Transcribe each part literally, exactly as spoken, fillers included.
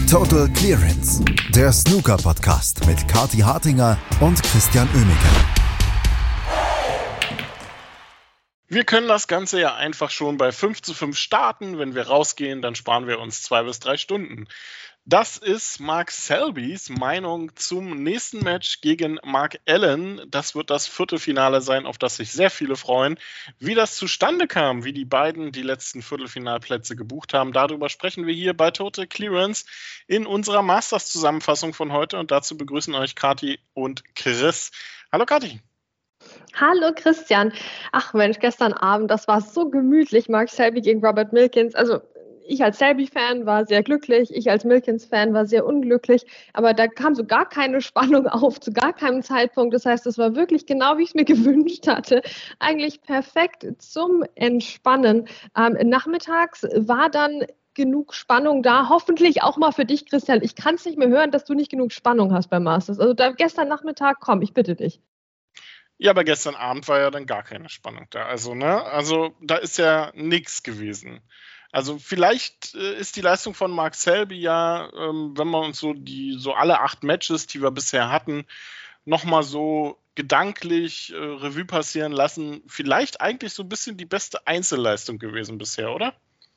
Total Clearance, der Snooker-Podcast mit Kathi Hartinger und Christian Oemeke. Wir können das Ganze ja einfach schon bei fünf zu fünf starten. Wenn wir rausgehen, dann sparen wir uns zwei bis drei Stunden. Das ist Mark Selbys Meinung zum nächsten Match gegen Mark Allen. Das wird das Viertelfinale sein, auf das sich sehr viele freuen. Wie das zustande kam, wie die beiden die letzten Viertelfinalplätze gebucht haben, darüber sprechen wir hier bei Total Clearance in unserer Masters-Zusammenfassung von heute. Und dazu begrüßen euch Kathi und Chris. Hallo Kathi. Hallo Christian. Ach Mensch, gestern Abend, das war so gemütlich. Mark Selby gegen Robert Milkins. Also ich als Selby-Fan war sehr glücklich, ich als Milkins-Fan war sehr unglücklich, aber da kam so gar keine Spannung auf, zu gar keinem Zeitpunkt. Das heißt, es war wirklich genau, wie ich es mir gewünscht hatte. Eigentlich perfekt zum Entspannen. Ähm, nachmittags war dann genug Spannung da, hoffentlich auch mal für dich, Christian. Ich kann es nicht mehr hören, dass du nicht genug Spannung hast beim Masters. Also da gestern Nachmittag, komm, ich bitte dich. Ja, aber gestern Abend war ja dann gar keine Spannung da. Also, ne, also da ist ja nichts gewesen. Also vielleicht äh, ist die Leistung von Mark Selby ja, ähm, wenn wir uns so die so alle acht Matches, die wir bisher hatten, nochmal so gedanklich äh, Revue passieren lassen, vielleicht eigentlich so ein bisschen die beste Einzelleistung gewesen bisher, oder?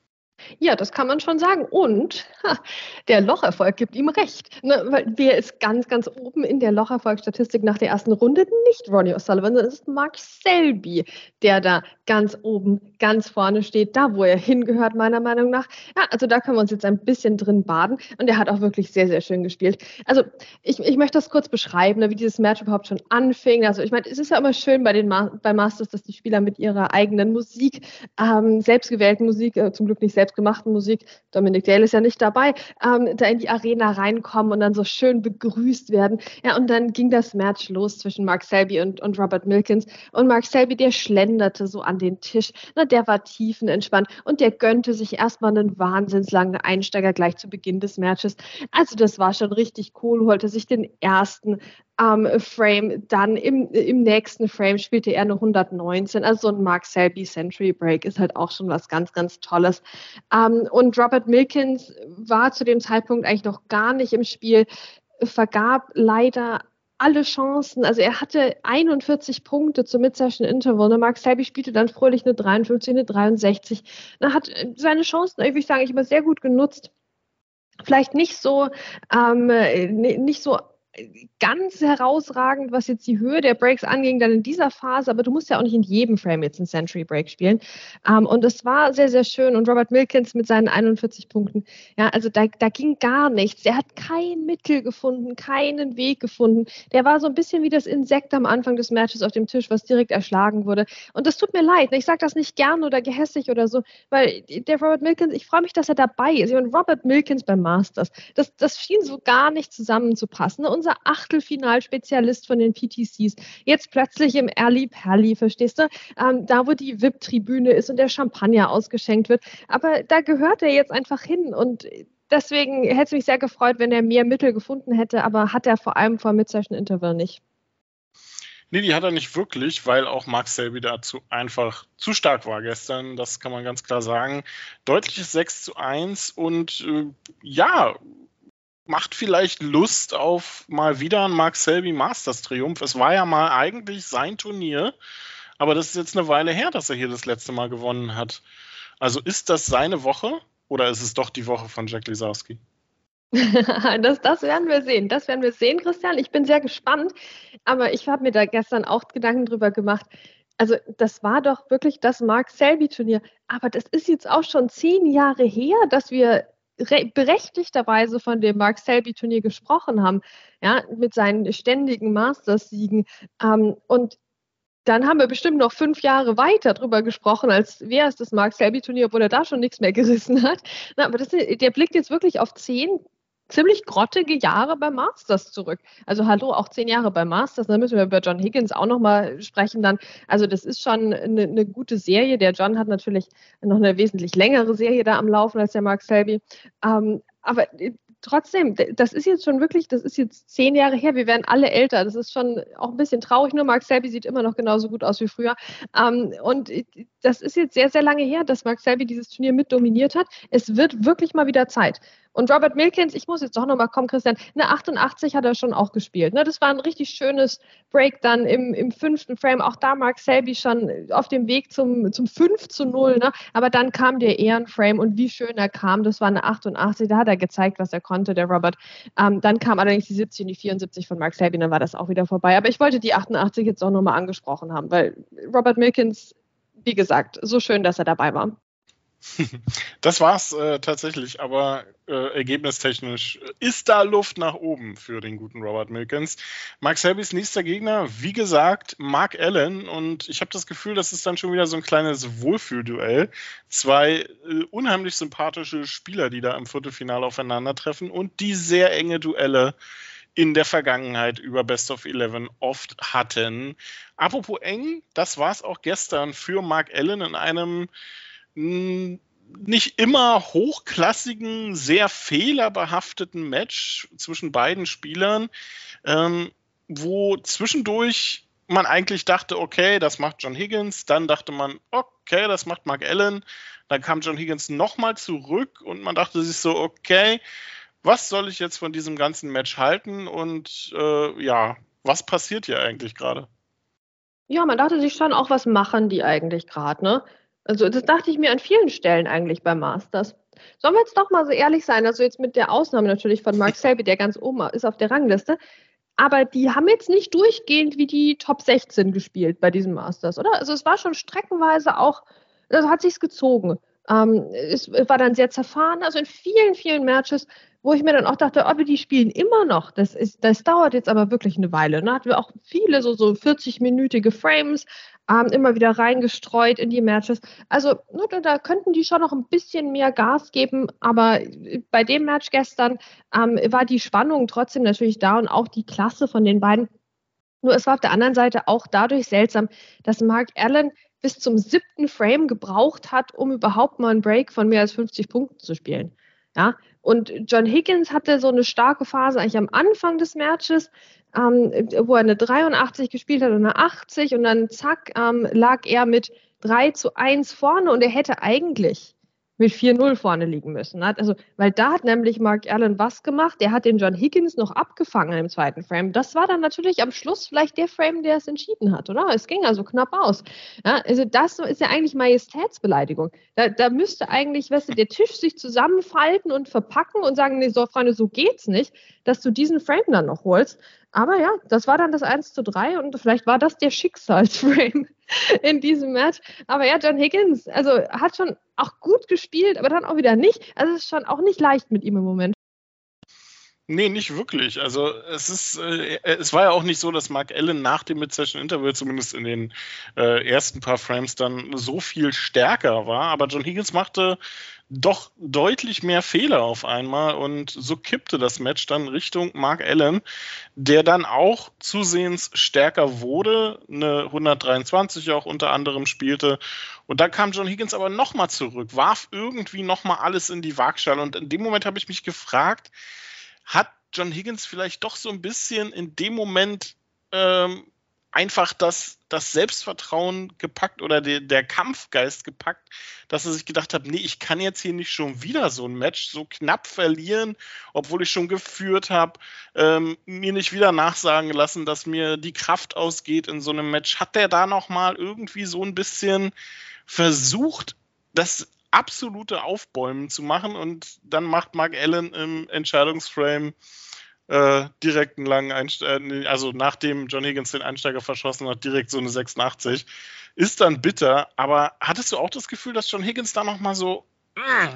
Ja, das kann man schon sagen. Und ha, der Locherfolg gibt ihm recht. Ne, weil wer ist ganz, ganz oben in der Locherfolgsstatistik nach der ersten Runde? Nicht Ronnie O'Sullivan, sondern es ist Mark Selby, der da ganz oben, ganz vorne steht, da wo er hingehört, meiner Meinung nach. Ja, also da können wir uns jetzt ein bisschen drin baden. Und er hat auch wirklich sehr, sehr schön gespielt. Also ich, ich möchte das kurz beschreiben, ne, wie dieses Match überhaupt schon anfing. Also ich meine, es ist ja immer schön bei den Ma- bei Masters, dass die Spieler mit ihrer eigenen Musik, ähm, selbstgewählten Musik, äh, zum Glück nicht selbst gemachten Musik, Dominic Dale ist ja nicht dabei, ähm, da in die Arena reinkommen und dann so schön begrüßt werden. Ja, und dann ging das Match los zwischen Mark Selby und, und Robert Milkins. Und Mark Selby, der schlenderte so an den Tisch. Na, der war tiefenentspannt und der gönnte sich erstmal einen wahnsinnslangen Einsteiger gleich zu Beginn des Matches. Also das war schon richtig cool, holte sich den ersten Um, Frame, dann im, im nächsten Frame spielte er eine hundertneunzehn, also so ein Mark Selby Century Break ist halt auch schon was ganz, ganz Tolles. Um, und Robert Milkins war zu dem Zeitpunkt eigentlich noch gar nicht im Spiel, vergab leider alle Chancen, also er hatte einundvierzig Punkte zum Mid-Session Interval, ne? Mark Selby spielte dann fröhlich eine dreiundfünfzig, eine dreiundsechzig, er hat seine Chancen, ich würde sagen, ich immer sehr gut genutzt, vielleicht nicht so, ähm, nicht so ganz herausragend, was jetzt die Höhe der Breaks anging, dann in dieser Phase, aber du musst ja auch nicht in jedem Frame jetzt einen Century Break spielen. Um, und es war sehr, sehr schön. Und Robert Milkins mit seinen einundvierzig Punkten, ja, also da, da ging gar nichts. Der hat kein Mittel gefunden, keinen Weg gefunden. Der war so ein bisschen wie das Insekt am Anfang des Matches auf dem Tisch, was direkt erschlagen wurde. Und das tut mir leid. Ich sage das nicht gern oder gehässig oder so, weil der Robert Milkins, ich freue mich, dass er dabei ist. Ich meine, Robert Milkins beim Masters, das, das schien so gar nicht zusammenzupassen. Ne? Unser Achtelfinalspezialist von den P T Cs, jetzt plötzlich im Early Perly, verstehst du? Ähm, da, wo die V I P-Tribüne ist und der Champagner ausgeschenkt wird. Aber da gehört er jetzt einfach hin und deswegen hätte es mich sehr gefreut, wenn er mehr Mittel gefunden hätte, aber hat er vor allem vor Mid-Session Interval nicht. Nee, die hat er nicht wirklich, weil auch Mark Selby dazu einfach zu stark war gestern, das kann man ganz klar sagen. Deutliches sechs zu eins und äh, ja, macht vielleicht Lust auf mal wieder einen Mark Selby Masters Triumph. Es war ja mal eigentlich sein Turnier, aber das ist jetzt eine Weile her, dass er hier das letzte Mal gewonnen hat. Also ist das seine Woche oder ist es doch die Woche von Jack Lisowski? das, das werden wir sehen. Das werden wir sehen, Christian. Ich bin sehr gespannt, aber ich habe mir da gestern auch Gedanken drüber gemacht. Also das war doch wirklich das Mark Selby Turnier, aber das ist jetzt auch schon zehn Jahre her, dass wir berechtigterweise von dem Mark Selby Turnier gesprochen haben, ja, mit seinen ständigen Masters-Siegen. Ähm, und dann haben wir bestimmt noch fünf Jahre weiter drüber gesprochen, als wäre es das Mark Selby Turnier, obwohl er da schon nichts mehr gerissen hat. Na, aber das, der blickt jetzt wirklich auf zehn ziemlich grottige Jahre beim Masters zurück. Also hallo, auch zehn Jahre beim Masters, da müssen wir über John Higgins auch nochmal sprechen dann. Also das ist schon eine, eine gute Serie. Der John hat natürlich noch eine wesentlich längere Serie da am Laufen als der Mark Selby. Ähm, aber trotzdem, das ist jetzt schon wirklich, das ist jetzt zehn Jahre her, wir werden alle älter. Das ist schon auch ein bisschen traurig, nur Mark Selby sieht immer noch genauso gut aus wie früher. Ähm, und das ist jetzt sehr, sehr lange her, dass Mark Selby dieses Turnier mit dominiert hat. Es wird wirklich mal wieder Zeit. Und Robert Milkins, ich muss jetzt doch nochmal kommen, Christian, eine achtundachtzig hat er schon auch gespielt. Ne? Das war ein richtig schönes Break dann im, im fünften Frame. Auch da Mark Selby schon auf dem Weg zum, zum fünf zu null. Ne? Aber dann kam der Ehrenframe und wie schön er kam. Das war eine achtundachtzig. Da hat er gezeigt, was er konnte, der Robert. Ähm, dann kam allerdings die siebzig und die vierundsiebzig von Mark Selby. Dann war das auch wieder vorbei. Aber ich wollte die achtundachtzig jetzt auch nochmal angesprochen haben, weil Robert Milkins, wie gesagt, so schön, dass er dabei war. Das war's äh, tatsächlich, aber äh, ergebnistechnisch ist da Luft nach oben für den guten Robert Milkins. Mark Selbys nächster Gegner, wie gesagt, Mark Allen, und ich habe das Gefühl, das ist dann schon wieder so ein kleines Wohlfühlduell. Zwei äh, unheimlich sympathische Spieler, die da im Viertelfinale aufeinandertreffen und die sehr enge Duelle in der Vergangenheit über Best of Eleven oft hatten. Apropos eng, das war's auch gestern für Mark Allen in einem nicht immer hochklassigen, sehr fehlerbehafteten Match zwischen beiden Spielern, ähm, wo zwischendurch man eigentlich dachte, okay, das macht John Higgins, dann dachte man, okay, das macht Mark Allen, dann kam John Higgins nochmal zurück und man dachte sich so, okay, was soll ich jetzt von diesem ganzen Match halten und äh, ja, was passiert hier eigentlich gerade? Ja, man dachte sich schon auch, was machen die eigentlich gerade, ne? Also das dachte ich mir an vielen Stellen eigentlich beim Masters. Sollen wir jetzt doch mal so ehrlich sein, also jetzt mit der Ausnahme natürlich von Mark Selby, der ganz oben ist auf der Rangliste, aber die haben jetzt nicht durchgehend wie die Top sechzehn gespielt bei diesem Masters, oder? Also es war schon streckenweise auch, also hat sich's gezogen. Ähm, es war dann sehr zerfahren, also in vielen, vielen Matches, wo ich mir dann auch dachte, oh, die spielen immer noch. Das ist, das dauert jetzt aber wirklich eine Weile. Ne? Hatten wir auch viele so, so vierzig-minütige Frames, ähm, immer wieder reingestreut in die Matches. Also ne, da könnten die schon noch ein bisschen mehr Gas geben, aber bei dem Match gestern ähm, war die Spannung trotzdem natürlich da und auch die Klasse von den beiden. Nur es war auf der anderen Seite auch dadurch seltsam, dass Mark Allen bis zum siebten Frame gebraucht hat, um überhaupt mal einen Break von mehr als fünfzig Punkten zu spielen. Ja, und John Higgins hatte so eine starke Phase eigentlich am Anfang des Matches, ähm, wo er eine dreiundachtzig gespielt hat und eine achtzig und dann zack, ähm, lag er mit drei zu eins vorne und er hätte eigentlich mit vier null vorne liegen müssen. Also, weil da hat nämlich Mark Allen was gemacht, der hat den John Higgins noch abgefangen im zweiten Frame. Das war dann natürlich am Schluss vielleicht der Frame, der es entschieden hat, oder? Es ging also knapp aus. Ja, also das ist ja eigentlich Majestätsbeleidigung. Da, da müsste eigentlich, weißt du, der Tisch sich zusammenfalten und verpacken und sagen, nee, so Freunde, so geht's nicht, dass du diesen Frame dann noch holst. Aber ja, das war dann das eins zu drei und vielleicht war das der Schicksalsframe in diesem Match. Aber ja, John Higgins, also hat schon auch gut gespielt, aber dann auch wieder nicht. Also es ist schon auch nicht leicht mit ihm im Moment. Nee, nicht wirklich. Also es ist, äh, es war ja auch nicht so, dass Mark Allen nach dem Mid-Session-Interview zumindest in den äh, ersten paar Frames dann so viel stärker war. Aber John Higgins machte doch deutlich mehr Fehler auf einmal und so kippte das Match dann Richtung Mark Allen, der dann auch zusehends stärker wurde, eine hundertdreiundzwanzig auch unter anderem spielte. Und dann kam John Higgins aber nochmal zurück, warf irgendwie nochmal alles in die Waagschale. Und in dem Moment habe ich mich gefragt, hat John Higgins vielleicht doch so ein bisschen in dem Moment ähm, einfach das, das Selbstvertrauen gepackt oder de, der Kampfgeist gepackt, dass er sich gedacht hat, nee, ich kann jetzt hier nicht schon wieder so ein Match so knapp verlieren, obwohl ich schon geführt habe, ähm, mir nicht wieder nachsagen lassen, dass mir die Kraft ausgeht in so einem Match. Hat der da nochmal irgendwie so ein bisschen versucht, das absolute Aufbäumen zu machen und dann macht Mark Allen im Entscheidungsframe äh, direkt einen langen Einsteiger, also nachdem John Higgins den Einsteiger verschossen hat, direkt so eine sechsundachtzig. Ist dann bitter, aber hattest du auch das Gefühl, dass John Higgins da nochmal so, äh,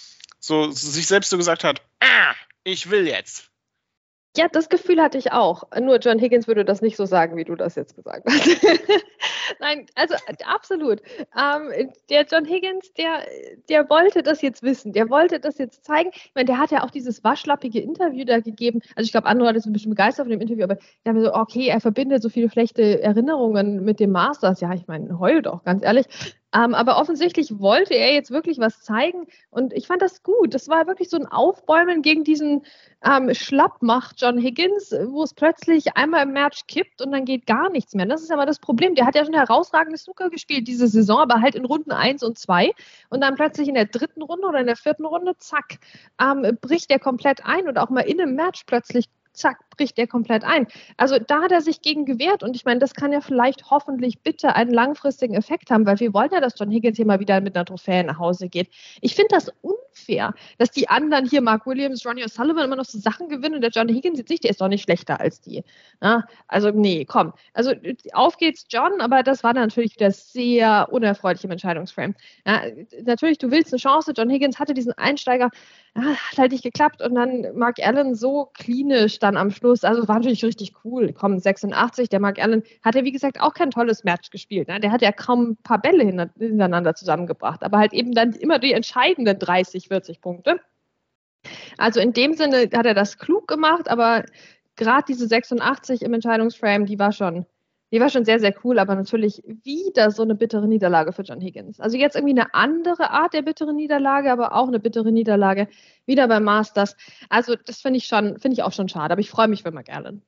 so sich selbst so gesagt hat, äh, ich will jetzt? Ja, das Gefühl hatte ich auch. Nur John Higgins würde das nicht so sagen, wie du das jetzt gesagt hast. Nein, also absolut. Ähm, der John Higgins, der, der wollte das jetzt wissen. Der wollte das jetzt zeigen. Ich meine, der hat ja auch dieses waschlappige Interview da gegeben. Also ich glaube, andere Leute sind ein bisschen begeistert von dem Interview, aber ich habe so, okay, er verbindet so viele schlechte Erinnerungen mit dem Masters. Ja, ich meine, heul doch, ganz ehrlich. Ähm, aber offensichtlich wollte er jetzt wirklich was zeigen und ich fand das gut. Das war wirklich so ein Aufbäumen gegen diesen ähm, Schlappmacht John Higgins, wo es plötzlich einmal im Match kippt und dann geht gar nichts mehr. Und das ist aber das Problem. Der hat ja schon herausragendes Snooker gespielt diese Saison, aber halt in Runden eins und zwei und dann plötzlich in der dritten Runde oder in der vierten Runde, zack, ähm, bricht der komplett ein und auch mal in einem Match plötzlich zack, bricht der komplett ein. Also da hat er sich gegen gewehrt und ich meine, das kann ja vielleicht hoffentlich bitte einen langfristigen Effekt haben, weil wir wollen ja, dass John Higgins hier mal wieder mit einer Trophäe nach Hause geht. Ich finde das unfair, dass die anderen hier, Mark Williams, Ronnie O'Sullivan, immer noch so Sachen gewinnen und der John Higgins jetzt nicht, der ist doch nicht schlechter als die. Ja, also nee, komm. Also auf geht's John, aber das war dann natürlich wieder sehr unerfreulich im Entscheidungsframe. Ja, natürlich, du willst eine Chance, John Higgins hatte diesen Einsteiger, ja, hat halt nicht geklappt und dann Mark Allen so klinisch dann am Schluss, also war natürlich richtig cool, komm, sechsundachtzig, der Mark Allen hat ja wie gesagt auch kein tolles Match gespielt, ne? Der hat ja kaum ein paar Bälle hintereinander zusammengebracht, aber halt eben dann immer die entscheidenden dreißig, vierzig Punkte. Also in dem Sinne hat er das klug gemacht, aber gerade diese sechsundachtzig im Entscheidungsframe, die war schon Die war schon sehr, sehr cool, aber natürlich wieder so eine bittere Niederlage für John Higgins. Also jetzt irgendwie eine andere Art der bitteren Niederlage, aber auch eine bittere Niederlage wieder beim Masters. Also das finde ich schon, finde ich auch schon schade, aber ich freue mich für Mark Allen.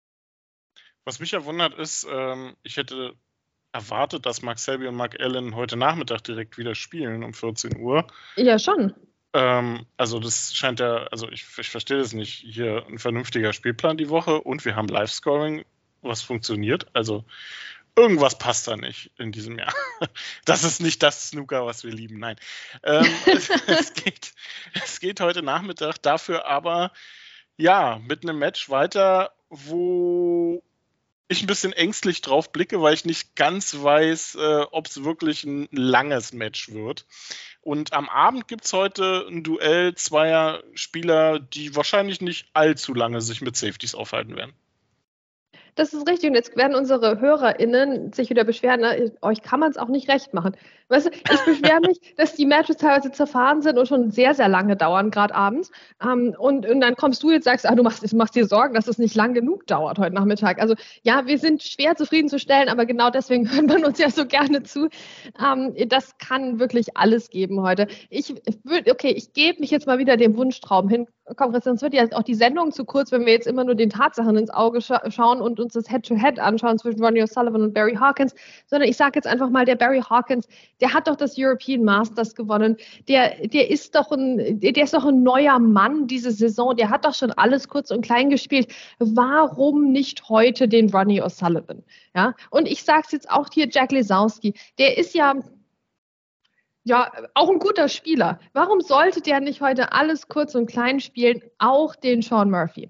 Was mich ja wundert ist, ähm, ich hätte erwartet, dass Mark Selby und Mark Allen heute Nachmittag direkt wieder spielen um vierzehn Uhr. Ja, schon. Ähm, also das scheint ja, also ich, ich verstehe das nicht, hier ein vernünftiger Spielplan die Woche und wir haben Live-Scoring, was funktioniert. Also irgendwas passt da nicht in diesem Jahr. Das ist nicht das Snooker, was wir lieben. Nein. Ähm, es, es, geht, es geht heute Nachmittag dafür aber ja mit einem Match weiter, wo ich ein bisschen ängstlich drauf blicke, weil ich nicht ganz weiß, äh, ob es wirklich ein langes Match wird. Und am Abend gibt es heute ein Duell zweier Spieler, die wahrscheinlich nicht allzu lange sich mit Safeties aufhalten werden. Das ist richtig. Und jetzt werden unsere HörerInnen sich wieder beschweren, ne? Euch kann man es auch nicht recht machen. Weißt du, ich beschwere mich, dass die Matches teilweise zerfahren sind und schon sehr, sehr lange dauern, gerade abends. Ähm, und, und dann kommst du jetzt, sagst, ah, du machst, du machst dir Sorgen, dass es nicht lang genug dauert heute Nachmittag. Also ja, wir sind schwer zufriedenzustellen, aber genau deswegen hört man uns ja so gerne zu. Ähm, das kann wirklich alles geben heute. Ich würde, okay, ich gebe mich jetzt mal wieder dem Wunschtraum hin. Komm, Christian, es wird ja auch die Sendung zu kurz, wenn wir jetzt immer nur den Tatsachen ins Auge scha- schauen und uns das Head-to-Head anschauen zwischen Ronnie O'Sullivan und Barry Hawkins, sondern ich sage jetzt einfach mal, der Barry Hawkins, der hat doch das European Masters gewonnen, der, der ist doch ein, der ist doch ein neuer Mann diese Saison, der hat doch schon alles kurz und klein gespielt. Warum nicht heute den Ronnie O'Sullivan? Ja? Und ich sage es jetzt auch hier, Jack Lisowski, der ist ja Ja, auch ein guter Spieler. Warum sollte der nicht heute alles kurz und klein spielen, auch den Sean Murphy?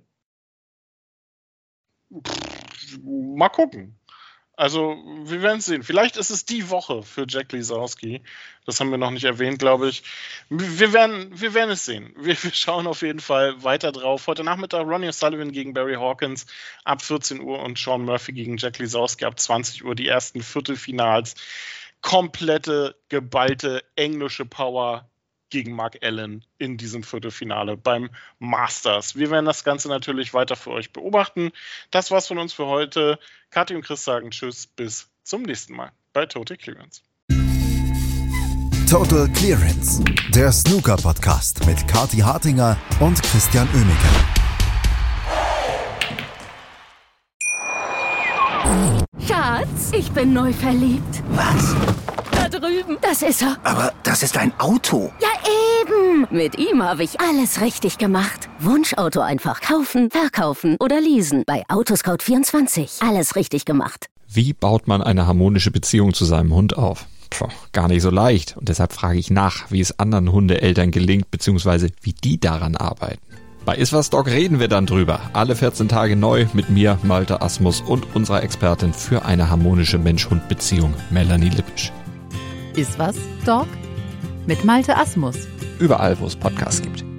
Mal gucken. Also, wir werden es sehen. Vielleicht ist es die Woche für Jack Lisowski. Das haben wir noch nicht erwähnt, glaube ich. Wir werden, wir werden es sehen. Wir, wir schauen auf jeden Fall weiter drauf. Heute Nachmittag Ronnie O'Sullivan gegen Barry Hawkins ab vierzehn Uhr und Sean Murphy gegen Jack Lisowski ab zwanzig Uhr. Die ersten Viertelfinals. Komplette, geballte englische Power gegen Mark Allen in diesem Viertelfinale beim Masters. Wir werden das Ganze natürlich weiter für euch beobachten. Das war's von uns für heute. Kathi und Chris sagen Tschüss, bis zum nächsten Mal bei Total Clearance. Total Clearance, der Snooker-Podcast mit Kathi Hartinger und Christian Oemeke. Schatz, ich bin neu verliebt. Was? Da drüben. Das ist er. Aber das ist ein Auto. Ja, eben. Mit ihm habe ich alles richtig gemacht. Wunschauto einfach kaufen, verkaufen oder leasen. Bei Autoscout vierundzwanzig. Alles richtig gemacht. Wie baut man eine harmonische Beziehung zu seinem Hund auf? Puh, gar nicht so leicht. Und deshalb frage ich nach, wie es anderen Hundeeltern gelingt, beziehungsweise wie die daran arbeiten. Bei Iswas Dog reden wir dann drüber. Alle vierzehn Tage neu mit mir, Malte Asmus und unserer Expertin für eine harmonische Mensch-Hund-Beziehung, Melanie Lippisch. Iswas Dog mit Malte Asmus. Überall, wo es Podcasts gibt.